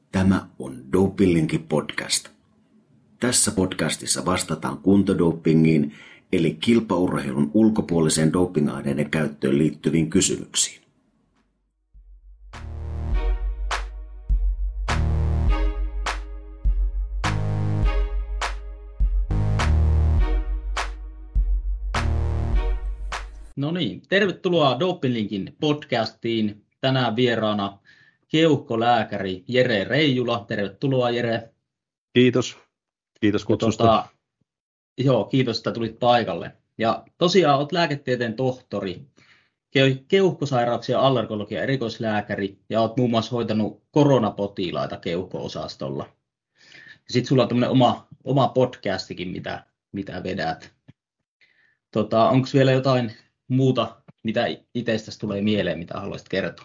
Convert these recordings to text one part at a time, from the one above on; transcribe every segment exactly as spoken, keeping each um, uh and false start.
Tämä on Dopingin podcast. Tässä podcastissa vastataan kuntodopingiin eli kilpaurheilun ulkopuoliseen dopingaineiden käyttöön liittyviin kysymyksiin. No niin, tervetuloa Dopingin podcastiin. Tänään vieraana keuhkolääkäri Jere Reijula. Tervetuloa Jere. Kiitos. Kiitos kutsusta. Tota, joo, kiitos, että tulit paikalle. Ja tosiaan olet lääketieteen tohtori, keuhkosairauksia allergologia erikoislääkäri ja olet muun muassa hoitanut koronapotilaita keuhko-osastolla. Sitten sulla on tämmöinen oma, oma podcastikin, mitä, mitä vedät. Tota, onko vielä jotain muuta, mitä itsestäsi tulee mieleen, mitä haluaisit kertoa?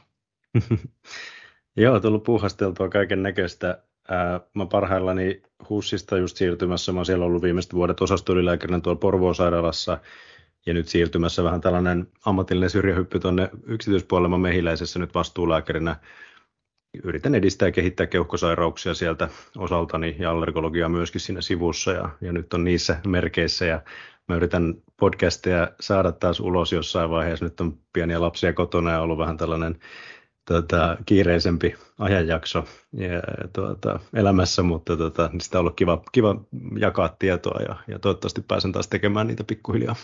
Joo, tullut puuhasteltua kaiken näköistä. Mä parhaillani HUSista just siirtymässä. Mä oon siellä ollut viimeiset vuodet osastoylilääkärinä tuolla Porvoon sairaalassa. Ja nyt siirtymässä vähän tällainen ammatillinen syrjähyppy tuonne yksityispuolelle. Mä Mehiläisessä nyt vastuulääkärinä. Yritän edistää ja kehittää keuhkosairauksia sieltä osaltani ja allergologiaa myöskin siinä sivussa. Ja, ja nyt on niissä merkeissä ja mä yritän podcasteja saada taas ulos jossain vaiheessa. Nyt on pieniä lapsia kotona ja ollut vähän tällainen tuota, kiireisempi ajanjakso ja, tuota, elämässä, mutta tuota, sitä on ollut kiva, kiva jakaa tietoa ja, ja toivottavasti pääsen taas tekemään niitä pikkuhiljaa.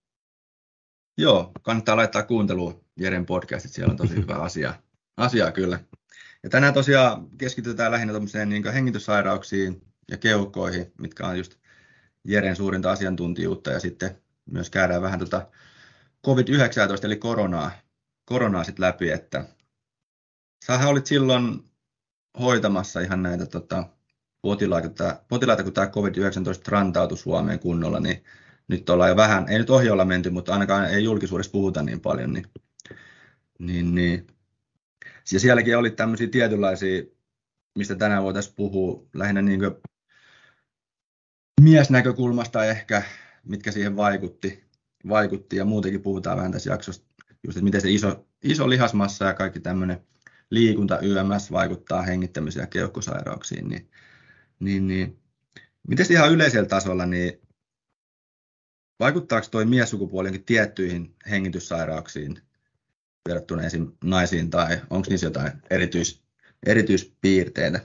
Joo, kannattaa laittaa kuunteluun Jeren podcastit, siellä on tosi hyvä asia, asiaa kyllä. Ja tänään tosiaan keskitytään lähinnä niin hengityssairauksiin ja keuhkoihin, mitkä on just Jeren suurinta asiantuntijuutta, ja sitten myös käydään vähän tuota covid yhdeksäntoista eli koronaa, koronaa sit läpi, että sähän olit silloin hoitamassa ihan näitä tota, potilaita, potilaita, kun tämä covid yhdeksäntoista rantautui Suomeen kunnolla, niin nyt ollaan jo vähän, ei nyt ohjalla menty, mutta ainakaan ei julkisuudessa puhuta niin paljon, niin, niin, niin. Ja sielläkin oli tämmöisiä tietynlaisia, mistä tänään voitaisiin puhua, lähinnä niin kuin miesnäkökulmasta ehkä, mitkä siihen vaikutti, vaikutti, ja muutenkin puhutaan vähän tässä jaksossa, just, että miten se iso, iso lihasmassa ja kaikki tämmöinen liikunta Y M S vaikuttaa hengittämiseen ja keuhkosairauksiin, niin, niin, niin. Miten ihan yleisellä tasolla, niin vaikuttaako tuo miessukupuolinkin tiettyihin hengityssairauksiin verrattuna esim. Naisiin, tai onko niissä jotain erityis, erityispiirteitä?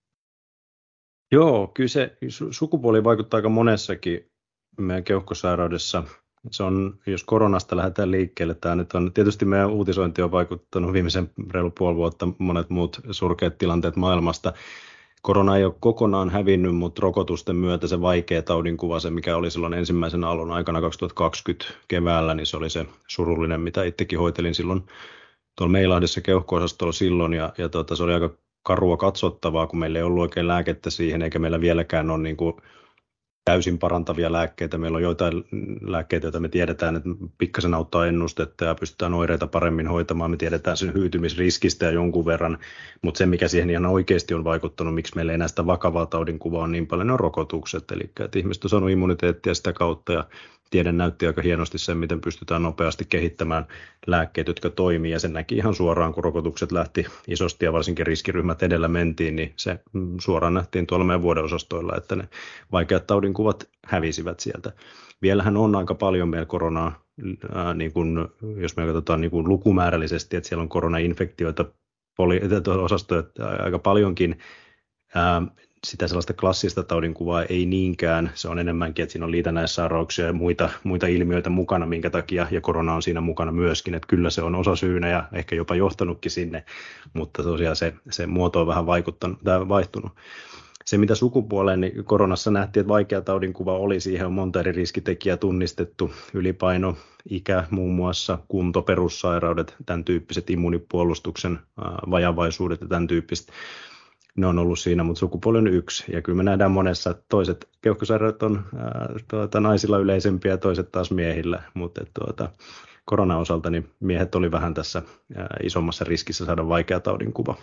Joo, kyllä se sukupuoli vaikuttaa aika monessakin meidän keuhkosairaudessa. Se on, jos koronasta lähdetään liikkeelle, tämä nyt on, tietysti meidän uutisointi on vaikuttanut viimeisen reilu puoli vuotta, monet muut surkeat tilanteet maailmasta. Korona ei ole kokonaan hävinnyt, mutta rokotusten myötä se vaikea taudinkuva, se mikä oli silloin ensimmäisen aallon aikana kaksituhattakaksikymmentä keväällä, niin se oli se surullinen, mitä itsekin hoitelin silloin tuolla Meilahdessa keuhko-osastolla silloin, ja, ja tuota, se oli aika karua katsottavaa, kun meillä ei ollut oikein lääkettä siihen, eikä meillä vieläkään ole niin kuin täysin parantavia lääkkeitä. Meillä on joitain lääkkeitä, joita me tiedetään, että pikkasen auttaa ennustetta ja pystytään oireita paremmin hoitamaan. Me tiedetään sen hyytymisriskistä ja jonkun verran, mutta se, mikä siihen ihan oikeasti on vaikuttanut, miksi meillä ei enää sitä vakavaa taudinkuvaa on niin paljon, ne on rokotukset. Eli että ihmiset on saanut immuniteettia sitä kautta, ja tiede näytti aika hienosti sen, miten pystytään nopeasti kehittämään lääkkeet, jotka toimii, ja sen näki ihan suoraan, kun rokotukset lähti isosti ja varsinkin riskiryhmät edellä mentiin, niin se suoraan nähtiin tuolla meidän vuodeosastoilla, että ne vaikeat taudinkuvat hävisivät sieltä. Vielähän on aika paljon meillä koronaa, ää, niin kun, jos me katsotaan niin kun lukumäärällisesti, että siellä on koronainfektioita poli- osastoja aika paljonkin. Ää, sitä sellaista klassista taudinkuvaa ei niinkään, se on enemmänkin, että siinä on liitännäissairauksia ja muita, muita ilmiöitä mukana, minkä takia, ja korona on siinä mukana myöskin, että kyllä se on osasyynä ja ehkä jopa johtanutkin sinne, mutta tosiaan se, se muoto on vähän vaikuttanut, tai vaihtunut. Se, mitä sukupuoleen, niin koronassa nähtiin, että vaikea taudinkuva oli, siihen on monta eri riskitekijää tunnistettu, ylipaino, ikä muun muassa, kunto, perussairaudet, tämän tyyppiset immunipuolustuksen vajavaisuudet ja tämän tyyppiset. Ne on ollut siinä, mutta sukupuoli on yksi. Ja kyllä me nähdään monessa, toiset keuhkosairaudet on ää, tuota, naisilla yleisempiä ja toiset taas miehillä. Mutta tuota, koronan osalta niin miehet oli vähän tässä ää, isommassa riskissä saada vaikea taudinkuva.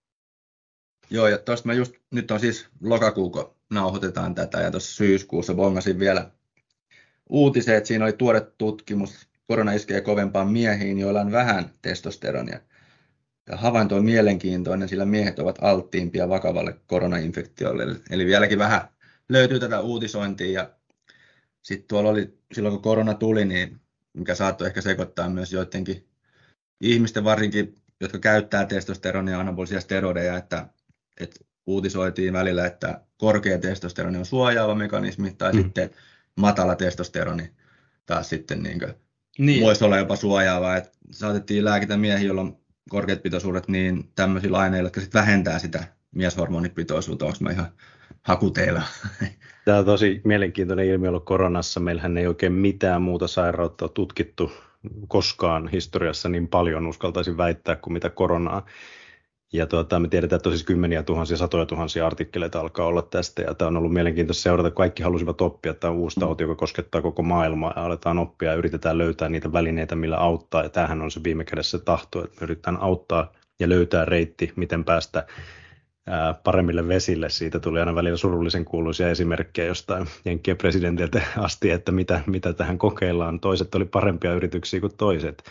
Joo, ja tuosta mä just, nyt on siis lokakuu, kun nauhoitetaan tätä, ja tuossa syyskuussa bongasin vielä uutisen, että siinä oli tuore tutkimus, korona iskee kovempaan miehiin, joilla on vähän testosteronia. Ja havainto on mielenkiintoinen, sillä miehet ovat alttiimpia vakavalle koronainfektioille. Eli vieläkin vähän löytyy tätä uutisointia. Ja sitten tuolla oli, silloin kun korona tuli, niin mikä saattoi ehkä sekoittaa myös joidenkin ihmisten varsinkin, jotka käyttää testosteronia ja anabolisia steroideja, että, että uutisoitiin välillä, että korkea testosteroni on suojaava mekanismi, tai mm. sitten matala testosteroni taas sitten niin kuin niin. voisi olla jopa suojaava. Että saatettiin lääkitä miehiä, joilla on korkeat pitoisuudet, niin tämmöisillä aineilla, jotka sitten vähentää sitä mieshormonipitoisuutta. Onko mä ihan hakuteilla? Tämä on tosi mielenkiintoinen ilmiö ollut koronassa. Meillähän ei oikein mitään muuta sairautta ole tutkittu koskaan historiassa niin paljon, uskaltaisin väittää, kuin mitä koronaa. Ja tuota, me tiedetään, että siis kymmeniä tuhansia, satoja tuhansia artikkeleita alkaa olla tästä, ja tämä on ollut mielenkiintoista seurata. Kaikki halusivat oppia, tämä on uusi tauti, joka koskettaa koko maailmaa, ja aletaan oppia ja yritetään löytää niitä välineitä, millä auttaa, ja tämähän on se viime kädessä tahto, että me yritetään auttaa ja löytää reitti, miten päästä ää, paremmille vesille. Siitä tuli aina välillä surullisen kuuluisia esimerkkejä jostain Jenkkien presidentiltä asti, että mitä, mitä tähän kokeillaan. Toiset oli parempia yrityksiä kuin toiset.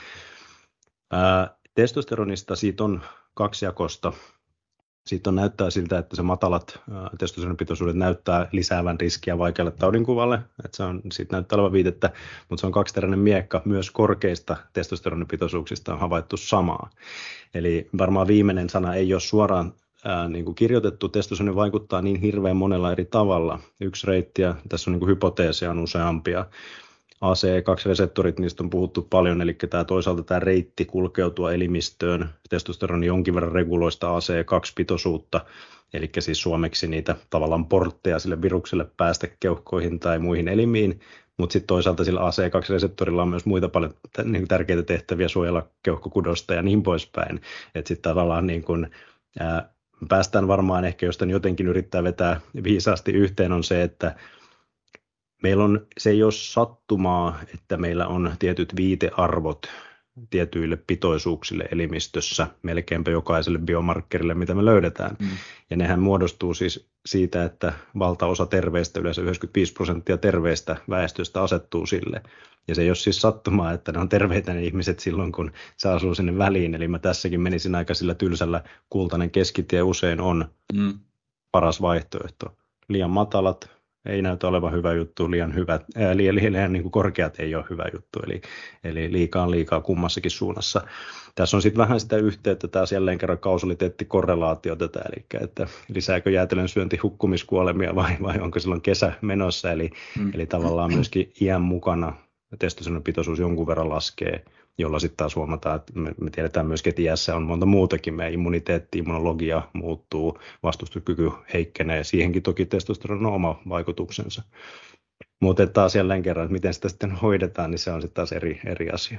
Ää, testosteronista siitä on kaksijakosta. Siitä on näyttää siltä, että se matalat testosteronipitoisuudet näyttää lisäävän riskiä vaikealle taudinkuvalle. Että se on, siitä näyttää olevan viitettä, mutta se on kaksiteräinen miekka. Myös korkeista testosteronipitoisuuksista on havaittu samaa. Eli varmaan viimeinen sana ei ole suoraan ää, niin kuin kirjoitettu. Testosteroni vaikuttaa niin hirveän monella eri tavalla. Yksi reitti, ja tässä on niin kuin hypoteeseja on useampia. A C E kaksi reseptorit, niistä on puhuttu paljon, eli tämä toisaalta tämä reitti kulkeutua elimistöön, testosteroni jonkin verran reguloista A C E kaksi pitoisuutta, eli siis suomeksi niitä tavallaan portteja sille virukselle päästä keuhkoihin tai muihin elimiin, mutta sitten toisaalta sillä A C E kaksi reseptorilla on myös muita paljon niin tärkeitä tehtäviä, suojella keuhkokudosta ja niin poispäin, että sitten tavallaan niin kuin, ää, päästään varmaan ehkä, jos tämän jotenkin yrittää vetää viisaasti yhteen, on se, että meillä on, se ei ole sattumaa, että meillä on tietyt viitearvot tietyille pitoisuuksille elimistössä, melkeinpä jokaiselle biomarkkerille, mitä me löydetään. Mm. Ja nehän muodostuu siis siitä, että valtaosa terveistä, yleensä yhdeksänkymmentäviisi prosenttia terveistä väestöstä asettuu sille. Ja se ei ole siis sattumaa, että ne on terveitä ne ihmiset silloin, kun se asuu sinne väliin. Eli mä tässäkin menisin aika sillä tylsällä, kultainen keskitie usein on mm. paras vaihtoehto. Liian matalat ei näytä olevan hyvä juttu, liian, hyvät, ää, liian, liian niin kuin korkeat ei ole hyvä juttu, eli, eli liikaa on liikaa kummassakin suunnassa. Tässä on sitten vähän sitä yhteyttä, taas jälleen kerran kausaliteettikorrelaatio tätä, eli että lisääkö jäätelön syönti hukkumiskuolemia vai, vai onko silloin kesä menossa, eli, mm. eli tavallaan myöskin iän mukana testosteronipitoisuus jonkun verran laskee, jolla sitten taas huomataan, että me, me tiedetään myöskin, että iässä on monta muutakin. Meidän immuniteetti, immunologia muuttuu, vastustuskyky heikkenee ja siihenkin toki testosteron on oma vaikutuksensa. Mutta taas jälleen kerran, että miten sitä sitten hoidetaan, niin se on sitten taas eri, eri asia.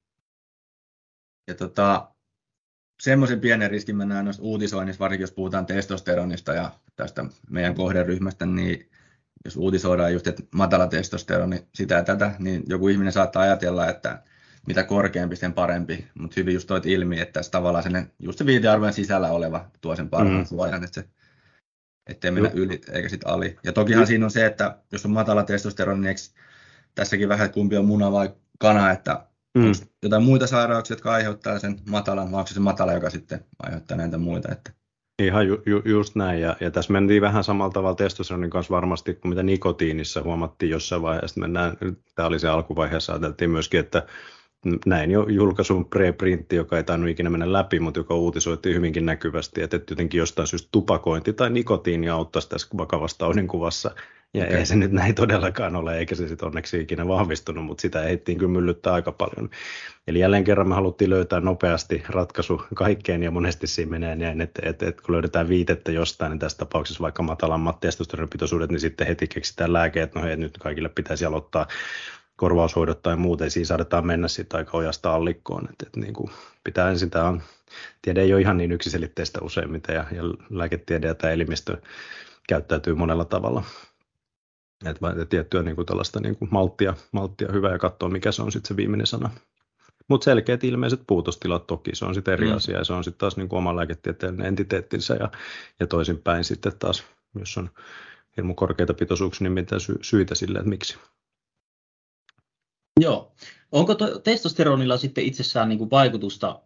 Ja tota, semmoisen pienen riskin mä näen noissa uutisoinnissa, varsinkin jos puhutaan testosteronista ja tästä meidän kohderyhmästä, niin jos uutisoidaan just, että matala testosteroni, sitä ja tätä, niin joku ihminen saattaa ajatella, että mitä korkeampi, sen parempi, mutta hyvin just toit ilmi, että tässä tavallaan sen, just se viitearvojen sisällä oleva tuo sen parhaan mm. suojan, että se, ettei mennä yli eikä sitten ali. Ja tokihan mm. siinä on se, että jos on matala testosteroni, niin tässäkin vähän, että kumpi on muna vai kana, että mm. onko jotain muita sairauksia, jotka aiheuttaa sen matalan, vai onko se se matala, joka sitten aiheuttaa näitä muita. Että Ihan ju, ju, just näin, ja, ja tässä mentiin vähän samalla tavalla testosteronin kanssa varmasti kuin mitä nikotiinissa huomattiin jossain vaiheessa. Mennään, tämä oli se alkuvaiheessa, ajateltiin myöskin, että näin jo julkaisun preprintti, joka ei tainnut ikinä mennä läpi, mutta joka uutisoitiin hyvinkin näkyvästi, että jotenkin jostain syystä tupakointi tai nikotiini auttaisi tässä vakavassa taudinkuvassa. Ja okay. Ei se nyt näin todellakaan ole, eikä se sitten onneksi ikinä vahvistunut, mutta sitä ehdittiin kyllä myllyttää aika paljon. Eli jälleen kerran me haluttiin löytää nopeasti ratkaisu kaikkeen, ja monesti siinä menee näin, että, että, että kun löydetään viitettä jostain, niin tässä tapauksessa vaikka matalammat testosteronipitoisuudet, niin sitten heti keksitään lääke, että no hei, nyt kaikille pitäisi aloittaa korvaushoidot tai muuten, siinä saadetaan mennä sitten aika ojasta allikkoon. Että, että niin kuin pitää ensin, tämä on, tiede ei ole ihan niin yksiselitteistä useimmiten, ja, ja lääketiede ja tämä elimistö käyttäytyy monella tavalla. Että tiettyä niin kuin tällaista niin kuin malttia, malttia hyvä ja katsoa, mikä se on sitten se viimeinen sana. Mutta selkeät ilmeiset puutostilat toki, se on sitten eri mm. asia, ja se on sitten taas niin kuin oma lääketieteellinen entiteettinsä, ja, ja toisinpäin sitten taas, jos on hirmu korkeita pitoisuuksia, niin mitä sy- syitä sille, että miksi. Joo. Onko to- testosteronilla sitten itsessään niin kuin vaikutusta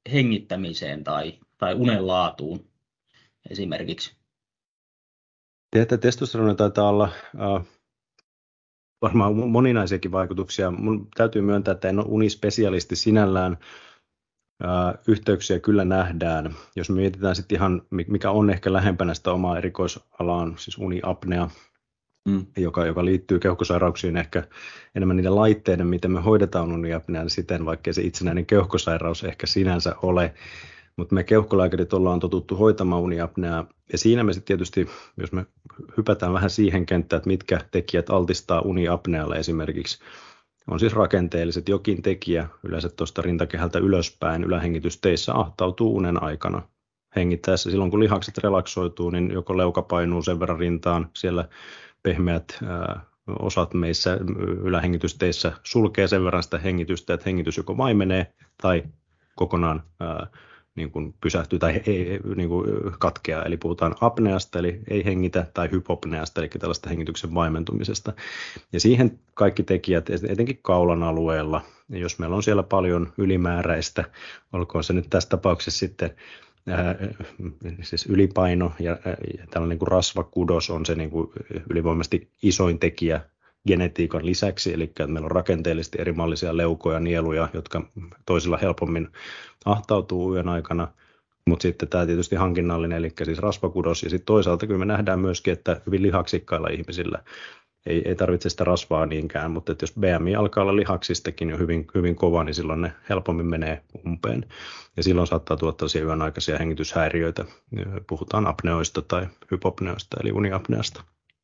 hengittämiseen tai, tai unen laatuun esimerkiksi? Tiedätte, testosteronilla taitaa olla äh, varmaan moninaisiakin vaikutuksia. Mun täytyy myöntää, että en ole unispesialisti sinällään. Äh, yhteyksiä kyllä nähdään. Jos me mietitään sitten ihan, mikä on ehkä lähempänä sitä omaa erikoisalaan, siis uniapnea, mm. joka, joka liittyy keuhkosairauksiin ehkä enemmän niiden laitteiden, miten me hoidetaan uniapnean siten, vaikkei se itsenäinen keuhkosairaus ehkä sinänsä ole. Mutta me keuhkolääkärit ollaan totuttu hoitamaan uniapneaa, ja siinä me sitten tietysti, jos me hypätään vähän siihen kenttään, että mitkä tekijät altistaa uniapnealle esimerkiksi, on siis rakenteelliset. Jokin tekijä, yleensä tuosta rintakehältä ylöspäin ylähengitysteissä ahtautuu unen aikana. Hengittäessä silloin, kun lihakset relaksoituu, niin joko leuka painuu sen verran rintaan, siellä pehmeät ää, osat meissä ylähengitysteissä sulkee sen verran sitä hengitystä, että hengitys joko vaimenee tai kokonaan ää, niin kuin pysähtyy tai ei, niin kuin katkeaa. Eli puhutaan apneasta, eli ei hengitä, tai hypopneasta, eli tällaista hengityksen vaimentumisesta. Ja siihen kaikki tekijät, etenkin kaulan alueella, jos meillä on siellä paljon ylimääräistä, olkoon se nyt tässä tapauksessa sitten ää, siis ylipaino ja, ja tällainen niin kuin rasvakudos on se niin kuin ylivoimaisesti isoin tekijä genetiikan lisäksi, eli että meillä on rakenteellisesti eri mallisia leukoja, nieluja, jotka toisilla helpommin ahtautuu yön aikana, mutta sitten tämä tietysti hankinnallinen, eli siis rasvakudos, ja sitten toisaalta kyllä me nähdään myöskin, että hyvin lihaksikkailla ihmisillä ei, ei tarvitse sitä rasvaa niinkään, mutta että jos B M I alkaa olla lihaksistakin jo hyvin, hyvin kova, niin silloin ne helpommin menee umpeen, ja silloin saattaa tuottaa tällaisia yön aikaisia hengityshäiriöitä, puhutaan apneoista tai hypopneoista, eli uniapneasta.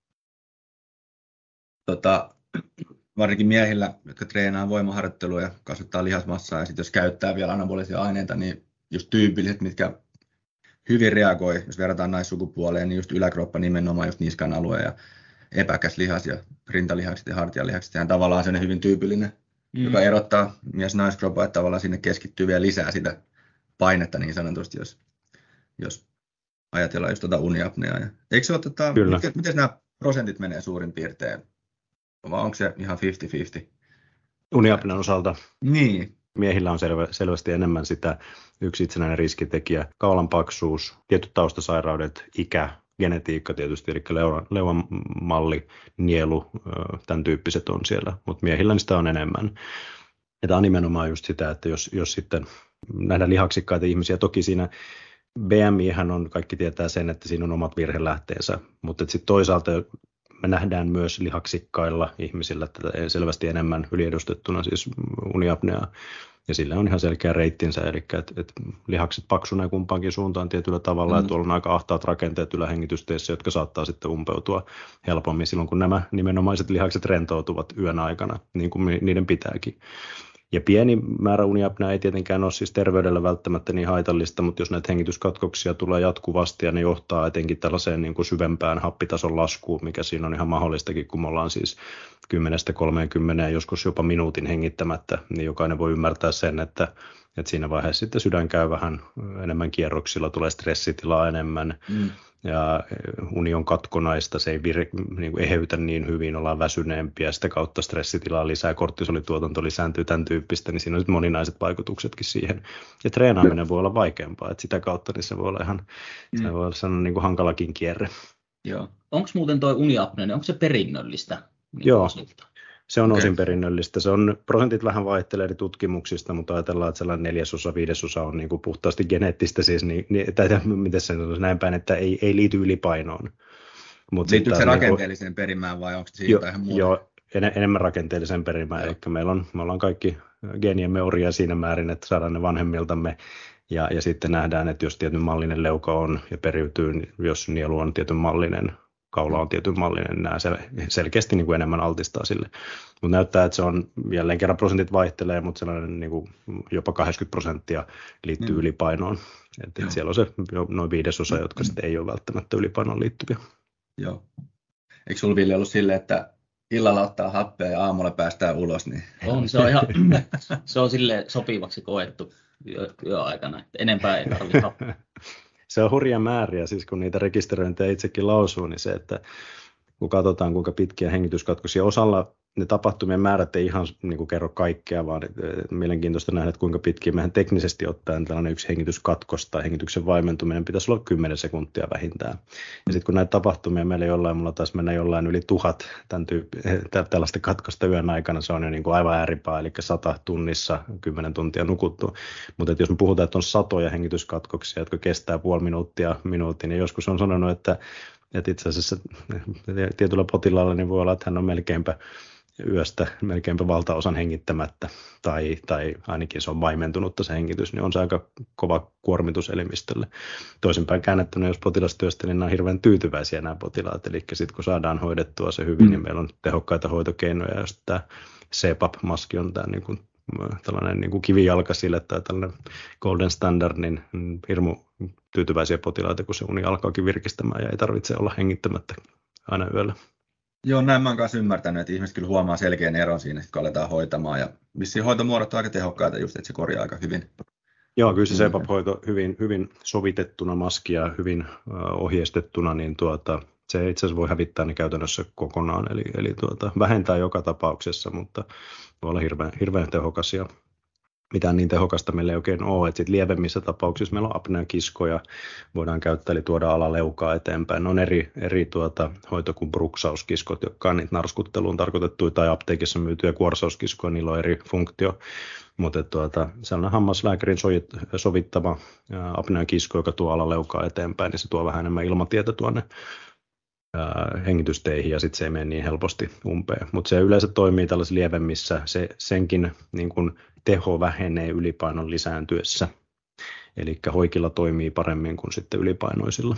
Tota, varsinkin miehillä, jotka treenaa voimaharjoittelua ja kasvattaa lihasmassaa, ja sitten jos käyttää vielä anabolisia aineita, niin just tyypilliset, mitkä hyvin reagoi, jos verrataan naissukupuoleen, niin just yläkroppa nimenomaan, just niskan alue ja epäkäs lihas ja rintalihakset ja hartialihakset. Sehän tavallaan sellainen hyvin tyypillinen, mm. joka erottaa mies-naiskroppa, että tavallaan sinne keskittyy vielä lisää sitä painetta niin sanotusti, jos, jos ajatellaan just tuota uniapneaa. Eikö se ole, tota, mitkä, miten nämä prosentit menee suurin piirtein? Vai onko se ihan viisikymmentä viisikymmentä? Uniapnean osalta niin. Miehillä on selvä, selvästi enemmän sitä yksi itsenäinen riskitekijä, kaulan paksuus, tietyt taustasairaudet, ikä, genetiikka tietysti, eli leuan, leuan malli, nielu, tämän tyyppiset on siellä, mutta miehillä sitä on enemmän. Ja tämä on nimenomaan just sitä, että jos, jos sitten nähdään lihaksikkaita ihmisiä, toki siinä B M I:hän on, kaikki tietää sen, että siinä on omat virhelähteensä, mutta sitten toisaalta me nähdään myös lihaksikkailla ihmisillä tätä selvästi enemmän yliedustettuna siis uniapneaa, ja sillä on ihan selkeä reittinsä, eli että, että lihakset paksunee kumpaankin suuntaan tietyllä tavalla, mm. ja tuolla on aika ahtaat rakenteet ylähengitysteissä, jotka saattaa sitten umpeutua helpommin silloin, kun nämä nimenomaiset lihakset rentoutuvat yön aikana, niin kuin niiden pitääkin. Ja pieni määrä uniapneaa ei tietenkään ole siis terveydelle välttämättä niin haitallista, mutta jos näitä hengityskatkoksia tulee jatkuvasti ja ne johtaa etenkin tällaiseen niin kuin syvempään happitason laskuun, mikä siinä on ihan mahdollistakin, kun me ollaan siis kymmenestä kolmeenkymmeneen, joskus jopa minuutin hengittämättä, niin jokainen voi ymmärtää sen, että, että siinä vaiheessa sitten sydän käy vähän enemmän kierroksilla, tulee stressitilaa enemmän. Mm. Ja uni on katkonaista, se ei vir, niin kuin eheytä niin hyvin, ollaan väsyneempiä, sitä kautta stressitilaa lisää, kortisolituotanto lisääntyy, tämän tyyppistä, niin siinä on moninaiset vaikutuksetkin siihen. Ja treenaaminen voi olla vaikeampaa, että sitä kautta niin se voi olla ihan mm. se voi olla niin kuin hankalakin kierre. Joo. Onko muuten tuo uniapnea, onko se perinnöllistä? Niin Joo, osilta? Se on okay. Osin perinnöllistä. Se on, prosentit vähän vaihtelee eri tutkimuksista, mutta ajatellaan, että sellainen neljäsosa, viidesosa on niin kuin puhtaasti geneettistä, siis niin, niin, tai miten se on näin päin, että ei, ei liity ylipainoon. Mut liittyykö se rakenteelliseen niin kuin, perimään vai onko se siitä jo, ihan muuta? Joo, en, enemmän rakenteelliseen perimään. Joo. Eli meillä on, me ollaan kaikki geeniemme orjia siinä määrin, että saadaan ne vanhemmiltamme. Ja, ja sitten nähdään, että jos tietyn mallinen leuka on ja periytyy, jos nielu on tietyn mallinen, kaula on tietyn mallinen, nämä selkeästi niin kuin enemmän altistaa sille. Mutta näyttää, että se on, jälleen kerran prosentit vaihtelee, mutta sellainen niin kuin jopa kahdeksankymmentä prosenttia liittyy mm. ylipainoon. Et, et siellä on se noin viidesosa, jotka mm. sitten ei ole välttämättä ylipainoon liittyviä. Joo. Eikö sinulla, Ville, ollut silleen, että illalla ottaa happea ja aamulla päästään ulos? Niin... On, se on ihan se on silleen sopivaksi koettu yöaikana, että enempää ei tarvitse happea. Se on hurja määriä, siis kun niitä rekisteröintejä itsekin lausuu, niin se, että kun katsotaan kuinka pitkiä hengityskatkoksia, osalla ne tapahtumien määrät ei ihan niin kuin kerro kaikkea, vaan mielenkiintoista nähdä, että kuinka pitkin mehän teknisesti ottaen tällainen yksi hengityskatkos tai hengityksen vaimentuminen pitäisi olla kymmenen sekuntia vähintään. Ja sitten kun näitä tapahtumia meillä jollain, mulla taas mennä jollain yli tuhat tämän tyyppi, tällaista katkosta yön aikana, se on jo niin kuin aivan ääripää, eli sata tunnissa, kymmenen tuntia nukuttu. Mutta jos me puhutaan, että on satoja hengityskatkoksia, jotka kestää puoli minuuttia, minuutin, niin joskus on sanonut, että, että itse asiassa tietyllä potilaalla niin voi olla, että hän on melkeinpä yöstä melkeinpä valtaosan hengittämättä, tai, tai ainakin se on vaimentunutta se hengitys, niin on se aika kova kuormitus elimistölle. Toisinpäin käännettynä, jos potilas työskentelee, niin nämä on hirveän tyytyväisiä nämä potilaat, eli sitten kun saadaan hoidettua se hyvin, mm. niin meillä on tehokkaita hoitokeinoja, jos tämä C PAP-maski on tämä niin kuin, tällainen niin kuin kivijalka sille, tai tällainen golden standard, niin hirmu tyytyväisiä potilaita, kun se uni alkaakin virkistämään, ja ei tarvitse olla hengittämättä aina yöllä. Joo, näin mä oon kanssa ymmärtänyt, että ihmiset kyllä huomaa selkeän eron siinä, kun aletaan hoitamaan. Ja vissiin hoitomuodot on aika tehokkaita just, että se korjaa aika hyvin. Joo, kyllä se C PAP-hoito hyvin, hyvin sovitettuna maskia, hyvin uh, ohjeistettuna, niin tuota, se itse asiassa voi hävittää ne käytännössä kokonaan. Eli, eli tuota, vähentää joka tapauksessa, mutta voi olla hirveän, hirveän tehokas. Ja mitään niin tehokasta meillä ei oikein ole, että sit lievemmissä tapauksissa meillä on apneakiskoja, voidaan käyttää, eli tuoda alaleukaa eteenpäin. Ne on eri, eri tuota, hoito kuin bruksauskiskot, jotka on niitä narskutteluun tarkoitettuja, tai apteekissa myytyjä kuorsauskiskoja, niillä on eri funktio. Mutta tuota, sellainen hammaslääkärin sovittava apneakisko, joka tuo alaleukaa eteenpäin, niin se tuo vähän enemmän ilmatietä tuonne hengitysteihin, ja sitten se ei mene niin helposti umpeen. Mutta se yleensä toimii tällaisissa lievemmissä, se, senkin niin kun teho vähenee ylipainon lisääntyessä. Eli hoikilla toimii paremmin kuin sitten ylipainoisilla.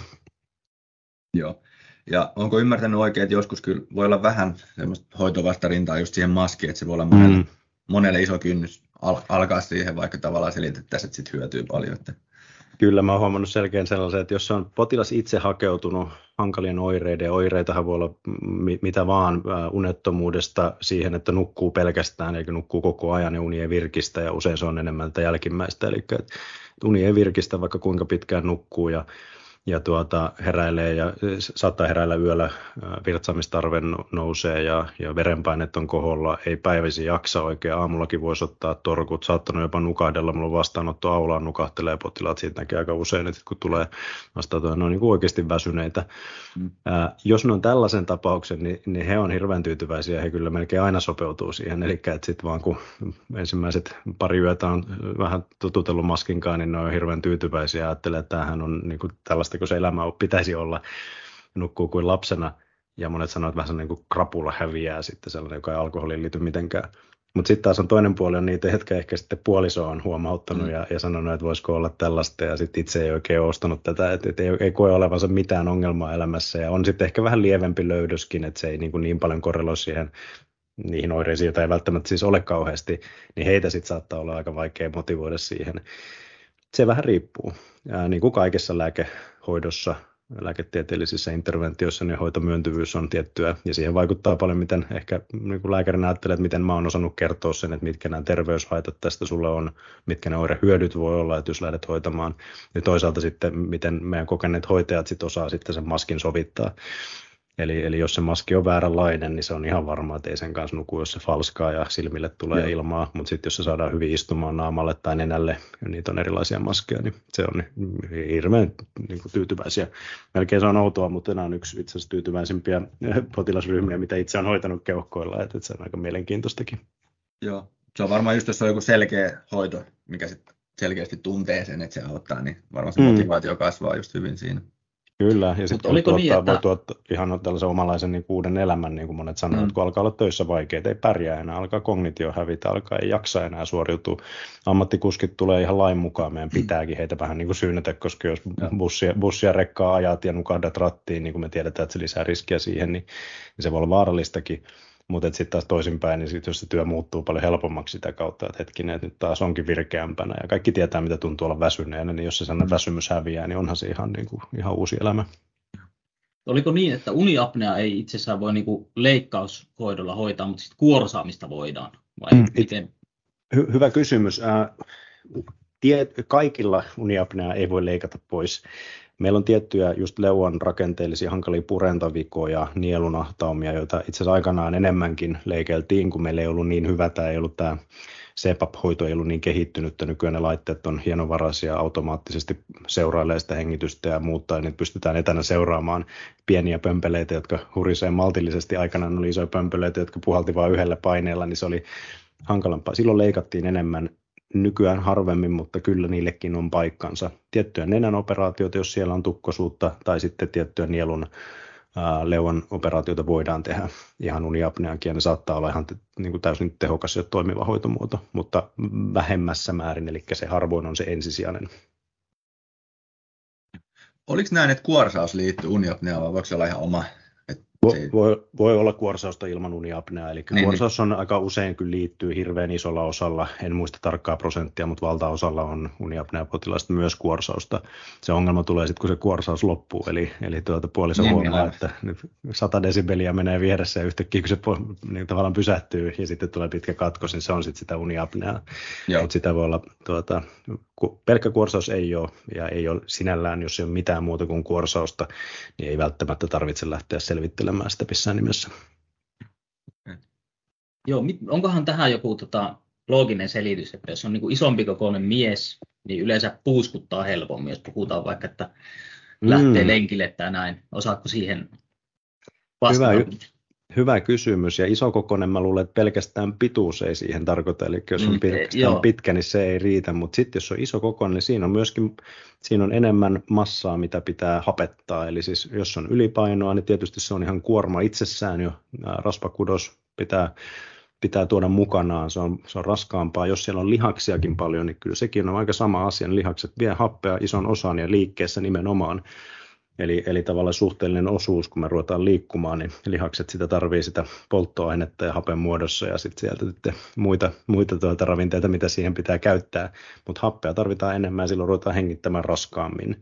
Joo. Ja onko ymmärtänyt oikein, että joskus kyllä voi olla vähän semmoista hoitovastarintaa just siihen maskiin, että se voi olla monelle, mm. monelle iso kynnys al- alkaa siihen, vaikka tavallaan selitettäisiin, että sitten hyötyy paljon. Että... Kyllä, mä oon huomannut selkeän sellaisen, että jos on potilas itse hakeutunut hankalien oireiden, oireitahan voi olla mitä vaan unettomuudesta siihen, että nukkuu pelkästään, eikä nukkuu koko ajan ja uni ei virkistä, ja usein se on enemmän tätä jälkimmäistä, eli että uni ei virkistä, vaikka kuinka pitkään nukkuu, ja ja tuota, heräilee ja saattaa heräillä yöllä, virtsaamistarve nousee ja, ja verenpainet on koholla, ei päivisin jaksa oikein, aamullakin voisi ottaa torkut, saattanut jopa nukahdella, mulla on vastaanotto aulaan, nukahtelee potilaat, siitä näkee aika usein, että kun tulee vastaanottoja, ne on niin kuin oikeasti väsyneitä. Mm. Ää, jos ne on tällaisen tapauksen, niin, niin he on hirveän tyytyväisiä, he kyllä melkein aina sopeutuu siihen, eli että sitten vaan kun ensimmäiset pari yötä on vähän tututellut maskinkaan, niin ne on hirveän tyytyväisiä ja ajattelee, että tämähän on niin kuin tällaista, kun se elämä pitäisi olla, nukkuu kuin lapsena, ja monet sanoo, että vähän niin kuin krapula häviää sitten sellainen, joka ei alkoholiin liity mitenkään. Mutta sitten taas on toinen puoli, on niitä hetken ehkä sitten puoliso on huomauttanut mm. ja, ja sanonut, että voisiko olla tällaista, ja sitten itse ei oikein ostanut tätä, että et ei, ei koe olevansa mitään ongelmaa elämässä, ja on sitten ehkä vähän lievempi löydöskin, että se ei niin, kuin niin paljon korreloi siihen niihin oireisiin, joita ei välttämättä siis ole kauheasti, niin heitä sitten saattaa olla aika vaikea motivoida siihen. Se vähän riippuu. Ja niin kuin kaikessa lääkehoidossa, lääketieteellisissä interventioissa, niin hoitomyöntyvyys on tiettyä, ja siihen vaikuttaa paljon, miten ehkä niin kuin lääkärinä ajattelee, että miten mä oon osannut kertoa sen, että mitkä nämä terveyshaitat tästä sulle on, mitkä ne oirehyödyt voi olla, että jos lähdet hoitamaan, ja toisaalta sitten, miten meidän kokeneet hoitajat sit osaa sitten sen maskin sovittaa. Eli, eli jos se maski on vääränlainen, niin se on ihan varmaa, että ei sen kanssa nuku, jos se falskaa ja silmille tulee Joo. ilmaa. Mutta sitten jos se saadaan hyvin istumaan naamalle tai nenälle, ja niitä on erilaisia maskeja, niin se on hirveän niin kuin tyytyväisiä. Melkein se on outoa, mutta nämä on yksi itse asiassa tyytyväisimpiä potilasryhmiä, mitä itse on hoitanut keuhkoilla. Että se on aika mielenkiintoistakin. Joo, se on varmaan just, jos on joku selkeä hoito, mikä sitten selkeästi tuntee sen, että se auttaa, niin varmaan se mm. motivaatio kasvaa just hyvin siinä. Kyllä, ja sitten voi, niin, että... voi tuottaa ihan tällaisen omanlaisen niin uuden elämän, niin kuin monet sanoo, mm. että kun alkaa olla töissä vaikeita, ei pärjää enää, alkaa kognitio hävitä, alkaa ei jaksa enää suoriutua. Ammattikuskit tulee ihan lain mukaan, meidän pitääkin heitä vähän niin kuin syynätä, koska jos bussia, bussia rekkaa ajat ja nukahdat rattiin, niin kuin me tiedetään, että se lisää riskiä siihen, niin, niin se voi olla vaarallistakin. Mutta sitten taas toisinpäin, niin sit jos se työ muuttuu paljon helpommaksi sitä kautta, että hetkinen, että nyt taas onkin virkeämpänä ja kaikki tietää, mitä tuntuu olla väsyneenä, niin jos se sellainen väsymys häviää, niin onhan se ihan, niin kuin, ihan uusi elämä. Oliko niin, että uniapnea ei itsessään voi niin kuin leikkaushoidolla hoitaa, mutta sitten kuorsaamista voidaan? Vai mm, miten? Hy- hyvä kysymys. Äh, tie- kaikilla uniapnea ei voi leikata pois. Meillä on tiettyjä just leuan rakenteellisia hankalia purentavikoja, nielunahtaumia, joita itse asiassa aikanaan enemmänkin leikeltiin, kun meillä ei ollut niin hyvä, tämä ei ollut tämä C P A P-hoito ei ollut niin kehittynyt, nykyään ne laitteet on hienovaraisia, automaattisesti seurailee sitä hengitystä ja muuttaa, niin pystytään etänä seuraamaan pieniä pömpeleitä, jotka hurisee maltillisesti. Aikanaan oli isoja pömpeleitä, jotka puhalti vain yhdellä paineella, niin se oli hankalampaa. Silloin leikattiin enemmän, nykyään harvemmin, mutta kyllä niillekin on paikkansa. Tiettyjä nenän operaatioita, jos siellä on tukkosuutta, tai sitten tiettyjä nielun leuan operaatioita voidaan tehdä ihan uniapneankin, ja ne saattaa olla ihan niin kuin täysin tehokas ja toimiva hoitomuoto, mutta vähemmässä määrin, eli se harvoin on se ensisijainen. Oliko näin, että kuorsaus liittyy uniapneaan, vai voiko se olla ihan oma? Voi, voi, voi olla kuorsausta ilman uniapneaa, eli niin, kuorsaus on aika usein kyllä liittyy hirveän isolla osalla, en muista tarkkaa prosenttia, mutta valtaosalla on uniapnea-potilaista myös kuorsausta. Se ongelma tulee sitten, kun se kuorsaus loppuu, eli, eli tuota puoliso niin, huomaa, niin, että nyt sata desibeliä menee vieressä ja yhtäkkiä kun se niin tavallaan pysähtyy ja sitten tulee pitkä katkos, niin se on sitten sitä uniapneaa. Mutta sitä voi olla, tuota, pelkkä kuorsaus ei ole, ja ei ole sinällään, jos ei ole mitään muuta kuin kuorsausta, niin ei välttämättä tarvitse lähteä selvittelemään sitä missään nimessä. Joo, onkohan tähän joku tota, looginen selitys, että jos on niin kuin isompi kokoinen mies, niin yleensä puuskuttaa helpommin, jos puhutaan vaikka, että lähtee mm. lenkille tai näin. Osaatko siihen vastata? Hyvä, hyvä kysymys, ja isokokoinen mä luulen, että pelkästään pituus ei siihen tarkoita, eli jos on pelkästään mm, pitkä, niin se ei riitä, mutta sitten jos on isokokoinen, niin siinä on myöskin siinä on enemmän massaa, mitä pitää hapettaa, eli siis jos on ylipainoa, niin tietysti se on ihan kuorma itsessään jo, rasvakudos pitää, pitää tuoda mukanaan, se on, se on raskaampaa, jos siellä on lihaksiakin paljon, niin kyllä sekin on aika sama asia, ne lihakset vie happea ison osan ja liikkeessä nimenomaan. Eli, eli tavallaan suhteellinen osuus, kun me ruvetaan liikkumaan, niin lihakset sitä tarvii sitä polttoainetta ja hapen muodossa ja sitten sieltä sitten muita, muita tuota ravinteita, mitä siihen pitää käyttää. Mutta happea tarvitaan enemmän ja silloin ruvetaan hengittämään raskaammin.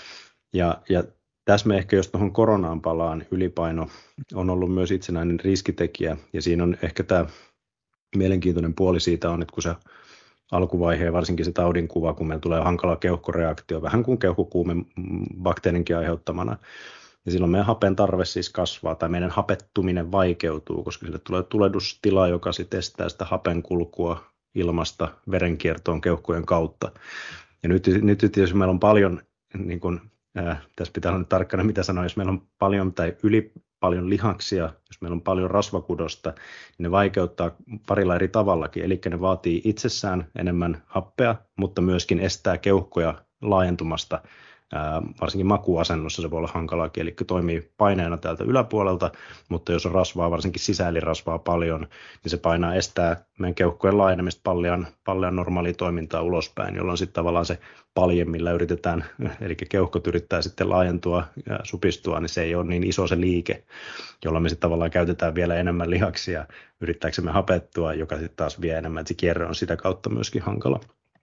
Ja, ja tässä me ehkä, jos tuohon koronaan palaan, ylipaino on ollut myös itsenäinen riskitekijä. Ja siinä on ehkä tämä mielenkiintoinen puoli siitä on, että kun se alkuvaiheen, varsinkin se taudinkuva, kun meillä tulee hankala keuhkoreaktio, vähän kuin keuhkokuume bakteerinkin aiheuttamana. Ja silloin meidän hapen tarve siis kasvaa, tai meidän hapettuminen vaikeutuu, koska sille tulee tulehdustila, joka sitten estää sitä hapen kulkua ilmasta verenkiertoon keuhkojen kautta. Ja nyt, nyt jos meillä on paljon, niin kuin, äh, tässä pitää olla nyt tarkkana mitä sanoa, jos meillä on paljon tai yli paljon lihaksia, jos meillä on paljon rasvakudosta, niin ne vaikeuttaa parilla eri tavallakin. Eli ne vaatii itsessään enemmän happea, mutta myöskin estää keuhkoja laajentumasta. Ää, varsinkin makuasennossa se voi olla hankalaakin, eli toimii paineena täältä yläpuolelta, mutta jos on rasvaa, varsinkin sisäelirasvaa paljon, niin se painaa estää meidän keuhkojen laajenemista paljon, paljon normaalia toimintaa ulospäin, jolloin sitten tavallaan se palje, millä yritetään, eli keuhkot yrittää sitten laajentua ja supistua, niin se ei ole niin iso se liike, jolloin me sitten tavallaan käytetään vielä enemmän lihaksia yrittääksemme hapettua, joka sitten taas vie enemmän, että se kierre on sitä kautta myöskin hankala.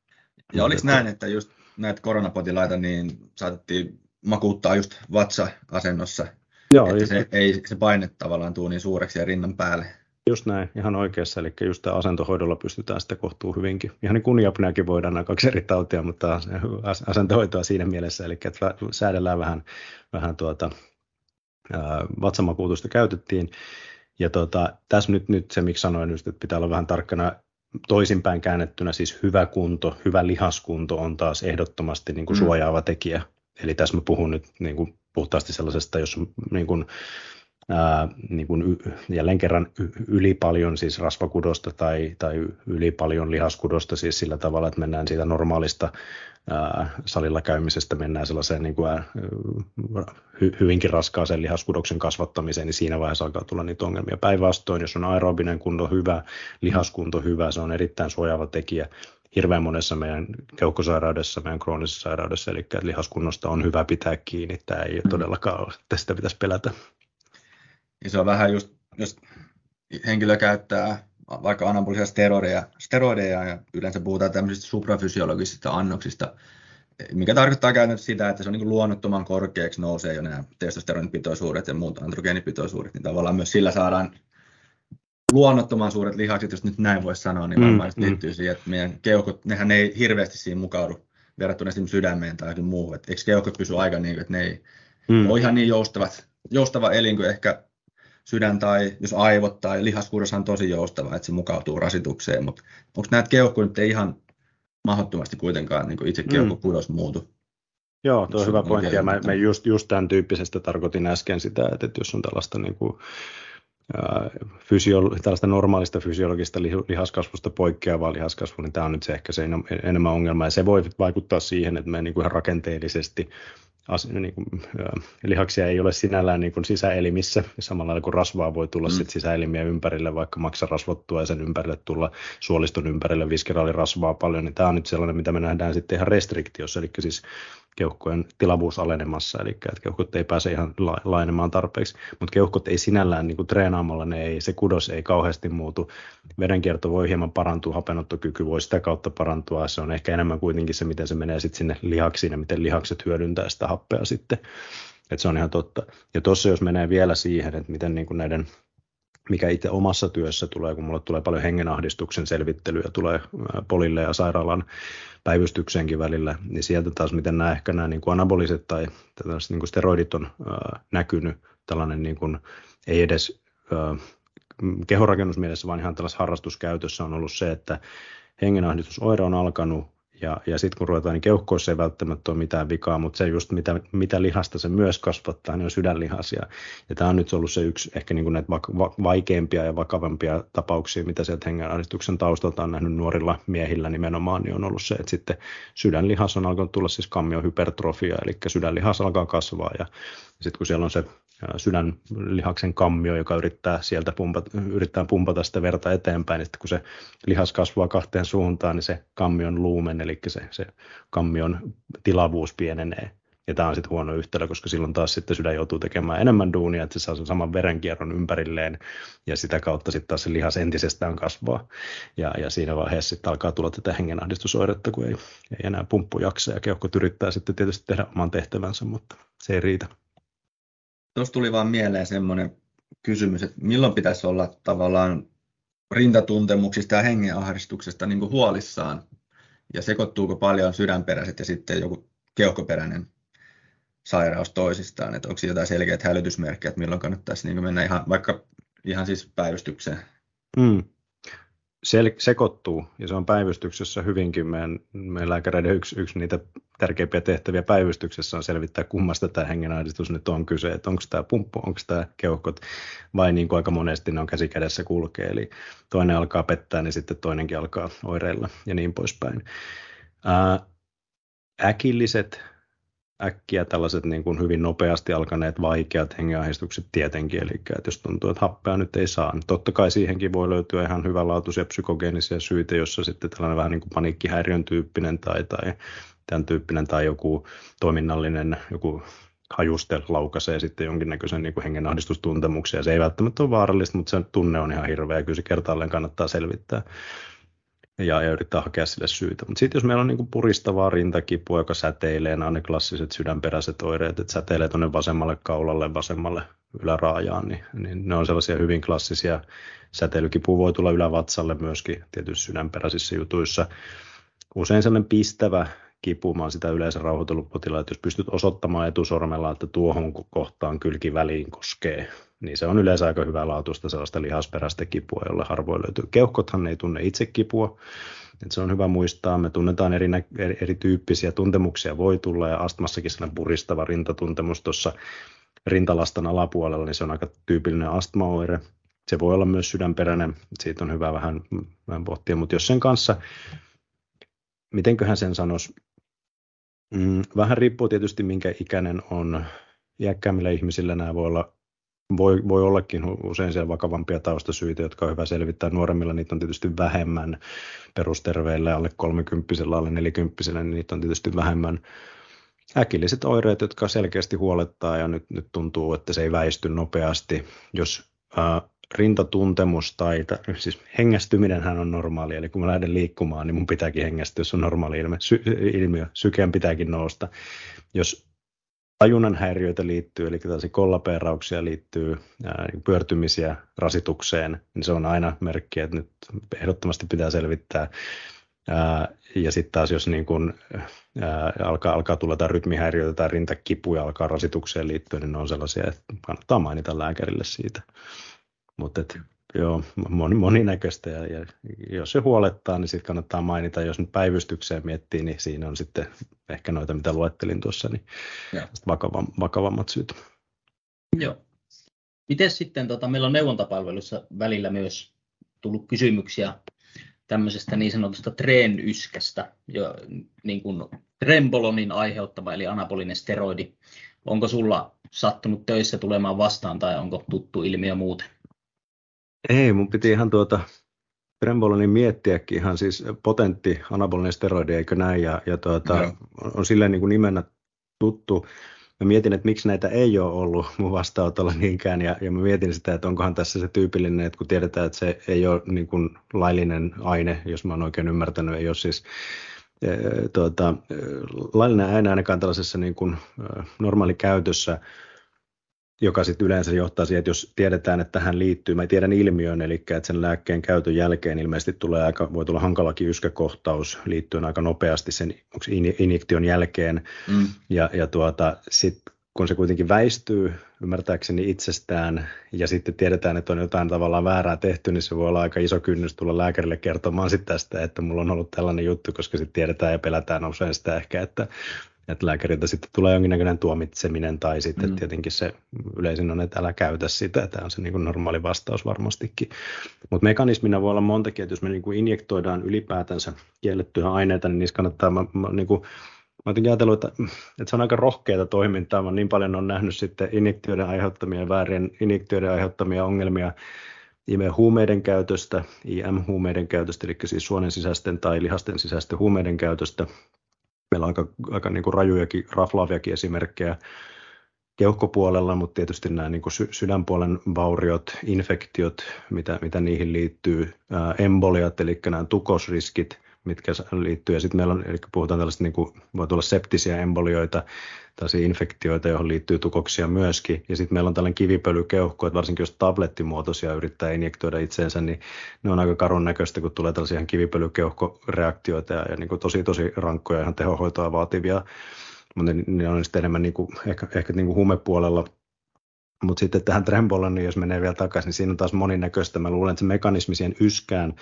Ja oliko näin, että just näitä koronapotilaita niin saatettiin makuuttaa just vatsa-asennossa, Joo, että se, ei se paine tavallaan tule niin suureksi ja rinnan päälle? Just näin, ihan oikeassa, eli just tämä asentohoidolla pystytään sitä kohtuu hyvinkin. Ihan niin kuin uniapneakin voidaan, nämä kaksi eri tautia, mutta asentohoitoa siinä mielessä, eli että säädellään vähän, vähän tuota, ää, vatsamakuutusta käytettiin. Ja tuota, tässä nyt, nyt se, miksi sanoin just, että pitää olla vähän tarkkana, toisinpäin käännettynä siis hyvä kunto, hyvä lihaskunto on taas ehdottomasti niin kuin suojaava tekijä. Eli tässä mä puhun nyt niin kuin puhtaasti sellaisesta, jos on niin kuin, ää, niin kuin jälleen kerran yli paljon siis rasvakudosta tai, tai yli paljon lihaskudosta siis sillä tavalla, että mennään siitä normaalista ää, salilla käymisestä, mennään sellaiseen niin kuin, ää, hy, hyvinkin raskaaseen lihaskudoksen kasvattamiseen, niin siinä vaiheessa alkaa tulla niitä ongelmia. Päinvastoin, jos on aerobinen kunto hyvä, lihaskunto hyvä, se on erittäin suojaava tekijä. Hirveän monessa meidän keuhkosairaudessa, meidän kroonisessa sairaudessa, eli lihaskunnosta on hyvä pitää kiinni. Tämä ei ole todellakaan ole, että sitä pitäisi pelätä. Ja se on vähän just, jos henkilö käyttää vaikka anabolisia steroideja, steroideja ja yleensä puhutaan tämmöisistä suprafysiologisista annoksista, mikä tarkoittaa käytännössä sitä, että se on niin kuin luonnottoman korkeaksi nousee jo nämä testosteronipitoisuudet ja muut androgeenipitoisuudet, niin tavallaan myös sillä saadaan luonnottoman suuret lihakset, jos nyt näin voisi sanoa, niin varmaan mm, liittyy mm. siihen, että meidän keuhkot, nehän ei hirveästi siinä mukaudu verrattuna esimerkiksi sydämeen tai jokin muuhun. Et eikö keuhkot pysy aika niin, että ne ei Mm. ole ihan niin joustavat, joustava elin kuin ehkä sydän tai jos aivot tai lihaskudos on tosi joustava, että se mukautuu rasitukseen, mutta onko näitä keuhkoja nyt ei ihan mahdottomasti kuitenkaan niin kuin itse keuhkokudos muutu? Joo, tuo on hyvä on pointti, ja mä, tiedettä. mä just, just tämän tyyppisestä tarkoitin äsken sitä, että, että jos on tällaista, niin kuin, ää, fysio- tällaista normaalista fysiologista li- lihaskasvusta poikkeavaa lihaskasvua, niin tämä on nyt se ehkä se en- enemmän ongelma, ja se voi vaikuttaa siihen, että me niin kuin ihan rakenteellisesti as, niin kuin, ää, lihaksia ei ole sinällään niin kuin sisäelimissä, samalla lailla kuin rasvaa voi tulla mm. sit sisäelimiä ympärille, vaikka maksarasvottua ja sen ympärille tulla suoliston ympärille viskeraalirasvaa paljon, niin tämä on nyt sellainen, mitä me nähdään sitten ihan restriktiossa, eli siis keuhkojen tilavuus alenemassa, eli että keuhkot ei pääse ihan laajenemaan tarpeeksi, mutta keuhkot ei sinällään niin kuin treenaamalla, ne ei, se kudos ei kauheasti muutu, verenkierto voi hieman parantua, hapenottokyky voi sitä kautta parantua, se on ehkä enemmän kuitenkin se, miten se menee sitten sinne lihaksiin ja miten lihakset hyödyntää sitä happea sitten, että se on ihan totta. Ja tuossa jos menee vielä siihen, että miten niin kuin näiden mikä itse omassa työssä tulee, kun mulle tulee paljon hengenahdistuksen selvittelyä, tulee polille ja sairaalan päivystykseenkin välillä, niin sieltä taas miten nämä ehkä nämä niin kuin anaboliset tai tällaiset niin kuin steroidit on ää, näkynyt, tällainen niin kuin, ei edes ää, kehorakennusmielessä, vaan ihan tällaisessa harrastuskäytössä on ollut se, että hengenahdistusoire on alkanut, ja, ja sitten kun ruvetaan, niin keuhkoissa ei välttämättä ole mitään vikaa, mutta se just mitä, mitä lihasta se myös kasvattaa, niin on sydänlihas. Ja, ja tämä on nyt ollut se yksi ehkä niin kuin näitä va- va- vaikeimpia ja vakavampia tapauksia, mitä sieltä hengenahdistuksen taustalta on nähnyt nuorilla miehillä nimenomaan, niin on ollut se, että sitten sydänlihas on alkanut tulla siis kammiohypertrofia, eli sydänlihas alkaa kasvaa, ja sitten kun siellä on se sydänlihaksen kammio, joka yrittää sieltä pumpata, yrittää pumpata sitä verta eteenpäin, niin sitten kun se lihas kasvaa kahteen suuntaan, niin se kammion luumen, eli se, se kammion tilavuus pienenee. Ja tämä on sitten huono yhtälö, koska silloin taas sitten sydän joutuu tekemään enemmän duunia, että se saa sen saman verenkierron ympärilleen, ja sitä kautta sitten taas se lihas entisestään kasvaa. Ja, ja siinä vaiheessa sitten alkaa tulla tätä hengenahdistusoiretta, kun ei, ei enää pumppu jaksa, ja keuhkot yrittää sitten tietysti tehdä oman tehtävänsä, mutta se ei riitä. Tuossa tuli vaan mieleen semmoinen kysymys, että milloin pitäisi olla tavallaan rintatuntemuksista ja hengenahdistuksesta niin kuin huolissaan, ja sekoittuuko paljon sydänperäiset ja sitten joku keuhkoperäinen sairaus toisistaan, että onko jotain selkeät hälytysmerkkejä, että milloin kannattaisi niin kuin mennä ihan, vaikka ihan siis päivystykseen? Mm. Sel- sekoittuu, ja se on päivystyksessä hyvinkin. Meidän, meidän lääkäreiden yksi, yksi niitä tärkeimpiä tehtäviä päivystyksessä on selvittää, kummasta tämä hengenahdistus nyt on kyse, että onko tämä pumppu, onko tämä keuhkot, vai niin kuin aika monesti ne on käsi kädessä kulkee, eli toinen alkaa pettää, niin sitten toinenkin alkaa oireilla, ja niin poispäin. Ää, äkilliset, äkkiä tällaiset niin kuin hyvin nopeasti alkaneet vaikeat hengenahdistukset tietenkin, eli että jos tuntuu, että happea nyt ei saa, niin totta kai siihenkin voi löytyä ihan hyvänlaatuisia psykogeenisia syitä, jossa sitten tällainen vähän niin kuin paniikkihäiriön tyyppinen tai, tai tämän tyyppinen tai joku toiminnallinen, joku hajuste laukaisee sitten jonkinnäköisen niin kuin hengenahdistustuntemuksia, ja se ei välttämättä ole vaarallista, mutta se tunne on ihan hirveä, ja kyllä se kertaalleen kannattaa selvittää. Ja, ja yrittää hakea sille syytä. Mutta sitten jos meillä on niinku puristavaa rintakipua, joka säteilee, nämä on ne klassiset sydänperäiset oireet, että säteilee tuonne vasemmalle kaulalle, vasemmalle yläraajaan, niin, niin ne on sellaisia hyvin klassisia. Säteilykipu voi tulla ylävatsalle myöskin tietysti sydänperäisissä jutuissa. Usein sellainen pistävä kipu, mä oon sitä yleensä rauhoitellut potilaille, että jos pystyt osoittamaan etusormella, että tuohon kohtaan kylkiväliin koskee, niin se on yleensä aika hyvää laatuista sellaista lihasperäistä kipua, jolle harvoin löytyy. Keuhkothan ei tunne itse kipua, että se on hyvä muistaa. Me tunnetaan eri, eri, erityyppisiä tuntemuksia voi tulla, ja astmassakin sellainen puristava rintatuntemus tuossa rintalastan alapuolella, niin se on aika tyypillinen astmaoire. Se voi olla myös sydänperäinen, siitä on hyvä vähän, vähän pohtia, mutta jos sen kanssa, mitenköhän sen sanoisi, mm, vähän riippuu tietysti minkä ikäinen on. Iäkkäämmillä ihmisillä nämä voi olla Voi, voi ollakin usein siellä vakavampia taustasyitä, jotka on hyvä selvittää. Nuoremmilla niitä on tietysti vähemmän, perusterveillä alle kolmekymppisellä, alle nelikymppisellä, niin niitä on tietysti vähemmän. Äkilliset oireet, jotka selkeästi huolettaa, ja nyt, nyt tuntuu, että se ei väisty nopeasti. Jos ää, rintatuntemus tai, siis hengästyminenhän on normaali, eli kun mä lähden liikkumaan, niin mun pitääkin hengästyä, se on normaali ilme, sy, ilmiö, sykeen pitääkin nousta. Jos tajunnan häiriöitä liittyy, eli tällaisia kollapeerauksia liittyy, ää, pyörtymisiä rasitukseen, niin se on aina merkki, että nyt ehdottomasti pitää selvittää. Ää, ja sitten taas jos niin kun, ää, alkaa, alkaa tulla jotain rytmihäiriöitä tai rintakipuja alkaa rasitukseen liittyen, niin ne on sellaisia, että kannattaa mainita lääkärille siitä. Mutta joo, moni, moninäköistä ja, ja jos se huolettaa, niin sitten kannattaa mainita. Jos nyt päivystykseen miettii, niin siinä on sitten ehkä noita, mitä luettelin tuossa, niin vakavam, vakavammat syyt. Joo. Miten sitten, tota, meillä on neuvontapalvelussa välillä myös tullut kysymyksiä tämmöisestä niin sanotusta treenyskästä, jo, niin kuin trembolonin aiheuttama, eli anabolinen steroidi. Onko sulla sattunut töissä tulemaan vastaan tai onko tuttu ilmiö muuten? Ei, mun piti ihan tuota trembolonin miettiäkin, ihan siis potentti anabolinen steroidi, eikö näin, ja, ja tuota, no. on silleen niin kuin nimenä tuttu. Mä mietin, että miksi näitä ei ole ollut mun vastaanotolla niinkään, ja, ja mä mietin sitä, että onkohan tässä se tyypillinen, että kun tiedetään, että se ei ole niin kuin laillinen aine, jos mä oon oikein ymmärtänyt, ei ole siis e, tuota, laillinen aine ainakaan tällaisessa niin kuin normaalikäytössä, joka sitten yleensä johtaa siihen, että jos tiedetään, että tähän liittyy, mä tiedän ilmiön, eli että sen lääkkeen käytön jälkeen ilmeisesti tulee aika, voi tulla hankalakin yskäkohtaus liittyen aika nopeasti sen injektion jälkeen, mm. ja, ja tuota, sitten kun se kuitenkin väistyy ymmärtääkseni itsestään, ja sitten tiedetään, että on jotain tavallaan väärää tehty, niin se voi olla aika iso kynnys tulla lääkärille kertomaan sitten tästä, että mulla on ollut tällainen juttu, koska sitten tiedetään ja pelätään usein sitä ehkä, että että lääkäriltä sitten tulee jonkinnäköinen tuomitseminen tai sitten mm. tietenkin se yleisin on, että älä käytä sitä. Tämä on se niin kuin normaali vastaus varmastikin. Mutta mekanismina voi olla montakin, että jos me niin kuin injektoidaan ylipäätänsä kiellettyjä aineita, niin niissä kannattaa, mä, mä, niin kuin, mä olen ajatellut, että, että se on aika rohkeata toimintaa. Mä niin paljon on nähnyt sitten injektioiden aiheuttamia, väärien injektioiden aiheuttamia ongelmia I V-huumeiden käytöstä, I M-huumeiden käytöstä, eli siis suonen sisäisten tai lihasten sisäisten huumeiden käytöstä. Meillä on aika, aika niin kuin rajujakin, raflaaviakin esimerkkejä keuhkopuolella, mutta tietysti nämä niin kuin sydänpuolen vauriot, infektiot, mitä, mitä niihin liittyy, ää, emboliat, eli nämä tukosriskit, mitkä liittyy, ja sitten meillä on, eli puhutaan tällaista, niin kuin, voi tulla septisiä embolioita, tällaisia infektioita, joihin liittyy tukoksia myöskin, ja sitten meillä on tällainen kivipölykeuhko, että varsinkin jos tablettimuotoisia yrittää injektoida itseensä, niin ne on aika karun näköistä, kun tulee tällaisia kivipölykeuhkoreaktioita, ja, ja niin kuin tosi tosi rankkoja, ihan tehohoitoa vaativia, mutta ne, ne on sitten enemmän niin kuin, ehkä, ehkä niin kuin huumepuolella. Mutta sitten tähän tremboloniin, jos menee vielä takaisin, niin siinä on taas moninäköistä. Mä luulen, että se mekanismi siihen yskään,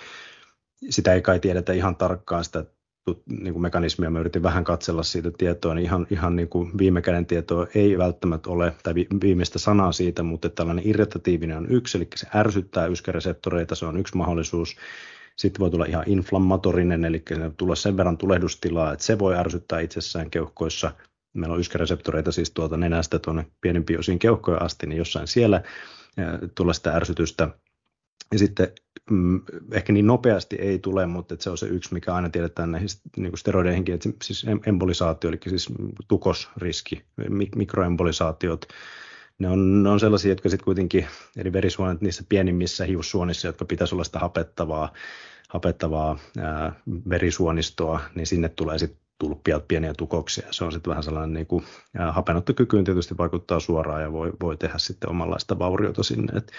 sitä ei kai tiedetä ihan tarkkaan sitä niin kuin mekanismia. Mä yritin vähän katsella siitä tietoa, niin ihan, ihan niin kuin viime käden tietoa ei välttämättä ole, tai viimeistä sanaa siitä, mutta tällainen irritatiivinen on yksi, eli se ärsyttää yskäreseptoreita, se on yksi mahdollisuus. Sitten voi tulla ihan inflammatorinen, eli tulla sen verran tulehdustilaa, että se voi ärsyttää itsessään keuhkoissa. Meillä on yskäreseptoreita siis tuolta nenästä tuonne pienimpiin osiin keuhkoja asti, niin jossain siellä tulee sitä ärsytystä. Ja sitten mm, ehkä niin nopeasti ei tule, mutta se on se yksi, mikä aina tiedetään näihin niin steroideihinkin, että siis embolisaatio, eli siis tukosriski, mikroembolisaatiot, ne on, ne on sellaisia, jotka sitten kuitenkin, eli verisuonet niissä pienimmissä hiussuonissa, jotka pitäisi olla sitä hapettavaa, hapettavaa ää, verisuonistoa, niin sinne tulee sitten tulppia pieniä tukoksia. Se on sitten vähän sellainen niin kuin, ää, hapenottokykyyn tietysti vaikuttaa suoraan ja voi, voi tehdä sitten omanlaista vauriota sinne. Et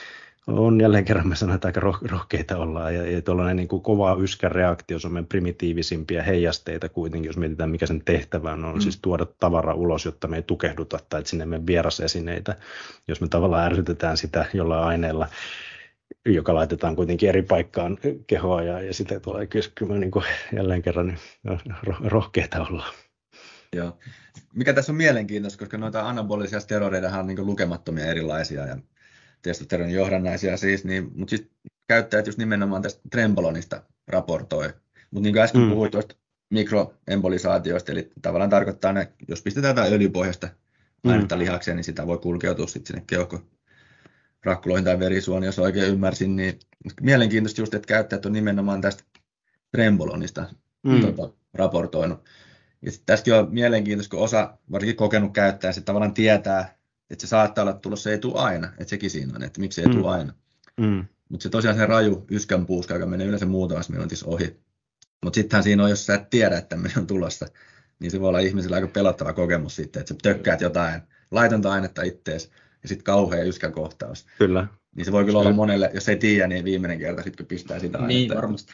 on jälleen kerran, mä sanon, että aika rohkeita ollaan ja, ja tuollainen niin kuin kova yskäreaktio, se on meidän primitiivisimpiä heijasteita kuitenkin, jos mietitään mikä sen tehtävä on, on mm. siis tuoda tavara ulos, jotta me ei tukehduta tai että sinne me vierasesineitä, jos me tavallaan ärsytetään sitä jollain aineella, joka laitetaan kuitenkin eri paikkaan kehoa ja, ja sitä tulee kyllä niin kuin jälleen kerran niin rohkeita ollaan. Joo. Mikä tässä on mielenkiintoista, koska noita anabolisia steroideja on niin kuin lukemattomia erilaisia ja testosteronin johdannaisia siis, niin, mutta siis käyttäjät just nimenomaan tästä trembolonista raportoi. Mutta niin kuin äsken mm. puhuit tuosta mikroembolisaatioista, eli tavallaan tarkoittaa, että jos pistetään jotain öljypohjasta ainetta mm. lihakseen, niin sitä voi kulkeutua sitten sinne keuhkorakkuloihin tai verisuoniin, jos oikein ymmärsin. Niin mielenkiintoista just, että käyttäjät on nimenomaan tästä trembolonista mm. tuota, raportoinut. Ja sitten tästäkin on mielenkiintoista, kun osa, varsinkin kokenut käyttäjä, se tavallaan tietää, että se saattaa olla tulossa, se ei tule aina, että sekin siinä on, että miksi se ei mm. tule aina. Mm. Mutta se tosiaan se raju yskän puuska, joka menee yleensä muutamassa minuutissa ohi. Mutta sittenhän siinä on, jos sä et tiedä, että tämmöinen on tulossa, niin se voi olla ihmisellä aika pelottava kokemus sitten, että sä tökkäät jotain laitonta ainetta ittees ja sitten kauhea yskäkohtaus. Kyllä. Niin se voi kyllä olla monelle, jos ei tiedä, niin viimeinen kerta sitten kun pistää sitä ainetta. Niin, varmasti.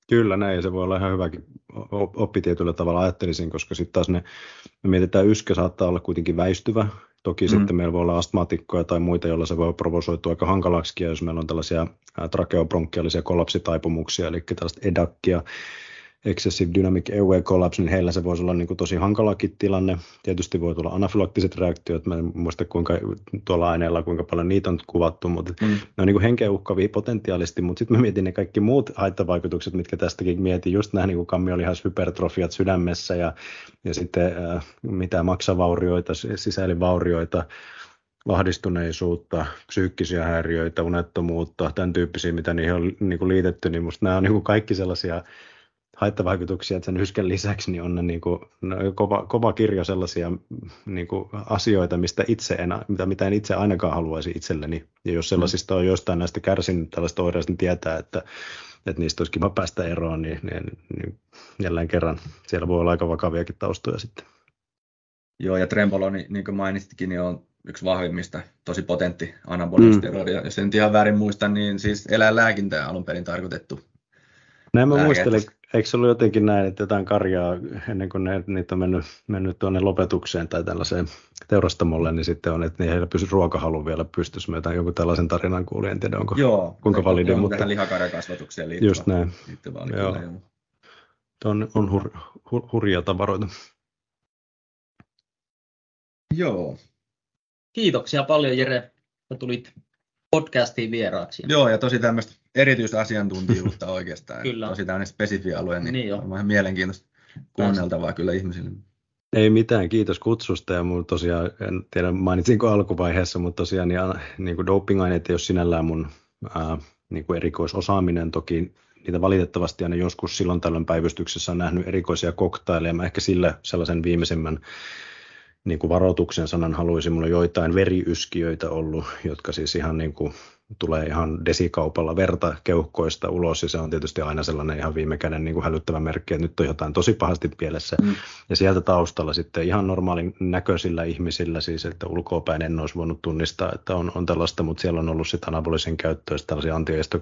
Kyllä näin, ja se voi olla ihan hyväkin oppi tietyllä tavalla ajattelisin, koska sitten taas ne, me mietitään, yskä saattaa olla kuitenkin väistyvä. Toki mm. sitten meillä voi olla astmaatikkoja tai muita, joilla se voi provosoitua aika hankalaksi, jos meillä on tällaisia trakeobronkkialisia kollapsitaipumuksia, eli tällaista edakkia, excessive dynamic airway collapse, niin heillä se voisi olla niin kuin tosi hankalakin tilanne. Tietysti voi tulla anafylaktiset reaktiot, mä en muista kuinka tuolla aineella, kuinka paljon niitä on kuvattu, mutta mm. ne on niin kuin henkeä uhkavia potentiaalisesti, mutta sitten mä mietin ne kaikki muut haittavaikutukset, mitkä tästäkin mietin, just nämä niin kuin kammiolihashypertrofiat sydämessä ja, ja sitten äh, mitä maksavaurioita, sisäelinvaurioita, ahdistuneisuutta, psyykkisiä häiriöitä, unettomuutta, tämän tyyppisiä, mitä niihin on niin kuin liitetty, niin musta nämä on niin kuin kaikki sellaisia haittavaikutuksia, että sen yskän lisäksi niin on ne niin kuin, no, kova, kova kirjo sellaisia niin kuin asioita, mistä itse en, mitä, mitä en itse ainakaan haluaisi itselleni. Ja jos sellaisista on jostain näistä kärsinyt tällaista oireista, niin tietää, että, että niistä olisi kiva päästä eroon, niin, niin, niin jälleen kerran siellä voi olla aika vakaviakin taustoja sitten. Joo, ja tremboloni, niin kuin mainitsitkin, niin on yksi vahvimmista, tosi potentti anabolinen steroidi. Mm. Jos en ihan väärin muista, niin siis eläinlääkintää alun perin tarkoitettu. Näin mä muistelin, eikö se ollut jotenkin näin, että jotain karjaa ennen kuin ne, niitä on mennyt, mennyt tuonne lopetukseen tai tällaiseen teurastamolle, niin sitten on, että heillä pysyisi ruokahalu vielä pystyssä. Mä jotain joku tällaisen tarinan kuulin, en tiedä onko joo, kuinka validi. Joo, mutta tähän lihakarjakasvatukseen liittyvä. Just näin. Liittyvä oli joo. Kyllä, joo. On, on hur, hur, hurjia tavaroita. Joo. Kiitoksia paljon Jere, että tulit podcastiin vieraaksi. Joo, ja tosi tämmöistä erityisasiantuntijuutta oikeastaan. Kyllä. Tosi tämmöinen spesifi alue, niin, niin on ihan mielenkiintoista kuunneltavaa kyllä ihmisille. Ei mitään, kiitos kutsusta. Ja mun tosiaan, en tiedä mainitsinko alkuvaiheessa, mutta tosiaan niin, niin kuin doping-aineet ei ole sinällään mun ää, niin kuin erikoisosaaminen. Toki niitä valitettavasti aina joskus silloin tällöin päivystyksessä on nähnyt erikoisia koktaileja. Mä ehkä sille sellaisen viimeisimmän niin kuin varoituksen sanan haluaisin. Mulla on joitain veriyskiöitä ollut, jotka siis ihan niin kuin tulee ihan desikaupalla verta keuhkoista ulos, ja se on tietysti aina sellainen ihan viime käden niin kuin hälyttävä merkki, että nyt on jotain tosi pahasti pielessä. Mm. Ja sieltä taustalla sitten ihan normaalin näköisillä ihmisillä, siis että ulkoapäin en olisi voinut tunnistaa, että on, on tällaista, mutta siellä on ollut sitten anabolisen käyttöä, tällaisia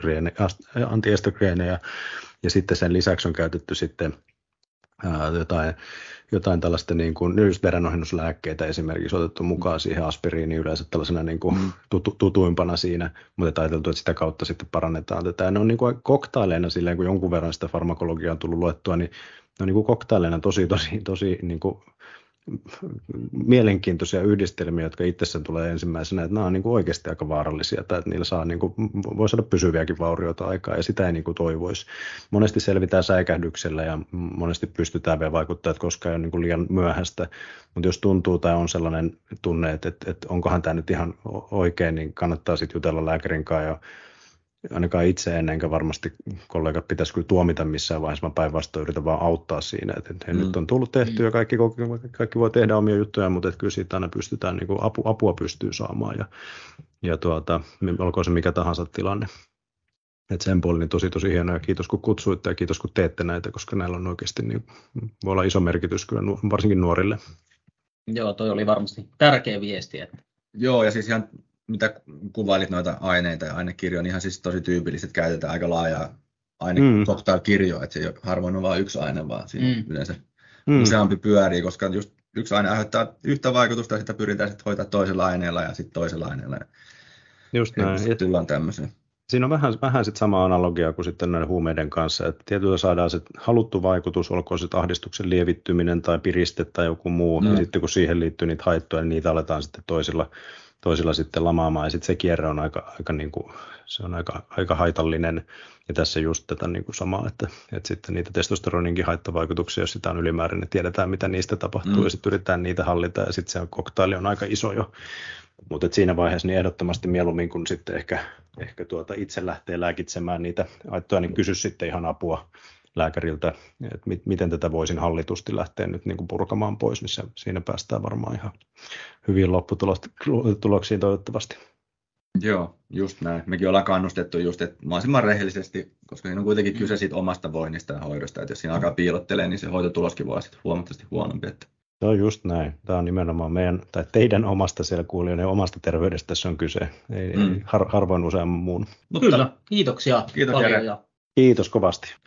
antiestrogeeneja, ja sitten sen lisäksi on käytetty sitten ää, jotain jotain tällaista niin kuin verenohennuslääkkeitä esimerkiksi otettu mukaan siihen aspiriini yleensä tällaisena niin kuin tutu, tutuimpana siinä, mutta ajateltu, että sitä kautta sitten parannetaan tätä. Ne on niin kuin koktaileina silleen, kun jonkun verran sitä farmakologiaa on tullut luettua, niin ne on niin kuin koktaileina tosi, tosi, tosi niin kuin mielenkiintoisia yhdistelmiä, jotka itsessään tulee ensimmäisenä, että nämä on niin kuin oikeasti aika vaarallisia, tai että niillä saa, niin kuin, voi saada pysyviäkin vaurioita aikaa, ja sitä ei niin kuin toivoisi. Monesti selvitään säikähdyksellä, ja monesti pystytään vielä vaikuttaa, että koska ei ole niin kuin liian myöhäistä, mutta jos tuntuu tai on sellainen tunne, että, että, että onkohan tämä nyt ihan oikein, niin kannattaa sitten jutella lääkärin kanssa, ja ainakaan itse en, enkä varmasti kollegat pitäisi kyllä tuomita missään vaiheessa, mä päinvastoin yritän vaan auttaa siinä, että, että mm. nyt on tullut tehty ja kaikki, kaikki voi tehdä omia juttuja, mutta että kyllä siitä aina pystytään, niin kuin apu, apua pystyy saamaan ja, ja tuota, olkoon se mikä tahansa tilanne. Että sen puolin niin tosi tosi hienoa ja kiitos kun kutsuitte ja kiitos kun teette näitä, koska näillä on oikeasti, niin voi olla iso merkitys kyllä varsinkin nuorille. Joo, toi oli varmasti tärkeä viesti. Että... Joo, ja siis ihan mitä kuvailit noita aineita ja ainekirjoja, niin ihan siis tosi tyypillistä, että käytetään aika laajaa ainekirjoa, mm. että se ei ole harvoin on vain yksi aine, vaan siinä mm. yleensä mm. useampi pyörii, koska just yksi aine aiheuttaa yhtä vaikutusta ja sitä pyritään sitten hoitaa toisella aineella ja sitten toisella aineella. Just näin. Ja tullaan tämmöiseen. Siinä on vähän, vähän sit sama analogia kuin sitten näiden huumeiden kanssa, että tietyllä saadaan sit haluttu vaikutus, olkoon sitten ahdistuksen lievittyminen tai piriste tai joku muu, mm. ja sitten kun siihen liittyy niitä haittoja, niin niitä aletaan sitten toisilla toisilla sitten lamaamaan, ja sitten se kierre on aika, aika, niin kuin, se on aika, aika haitallinen, ja tässä just tätä niin kuin samaa, että, että sitten niitä testosteroninkin haittavaikutuksia, jos sitä on ylimääräinen, tiedetään mitä niistä tapahtuu, mm. ja sitten yritetään niitä hallita, ja sitten se koktaili on aika iso jo, mutta siinä vaiheessa niin ehdottomasti mieluummin, kun sitten ehkä, ehkä tuota itse lähtee lääkitsemään niitä haittoja, niin kysy sitten ihan apua lääkäriltä, että miten tätä voisin hallitusti lähteä nyt niin kuin purkamaan pois, niin se, siinä päästään varmaan ihan hyvin lopputuloksiin toivottavasti. Joo, just näin. Mekin ollaan kannustettu just, että mahdollisimman rehellisesti, koska siinä on kuitenkin kyse siitä omasta voinnista ja hoidosta, että jos siinä alkaa piilottelemaan, niin se hoitotuloskin voi olla sitten huomattavasti huonompi. Että... Joo, just näin. Tämä on nimenomaan meidän, tai teidän omasta siellä kuulijoiden omasta terveydestä tässä on kyse, ei, mm. ei har, harvoin useamman muun. No kyllä, kiitoksia Kiitos, paljon. Jere. Ja... Kiitos kovasti.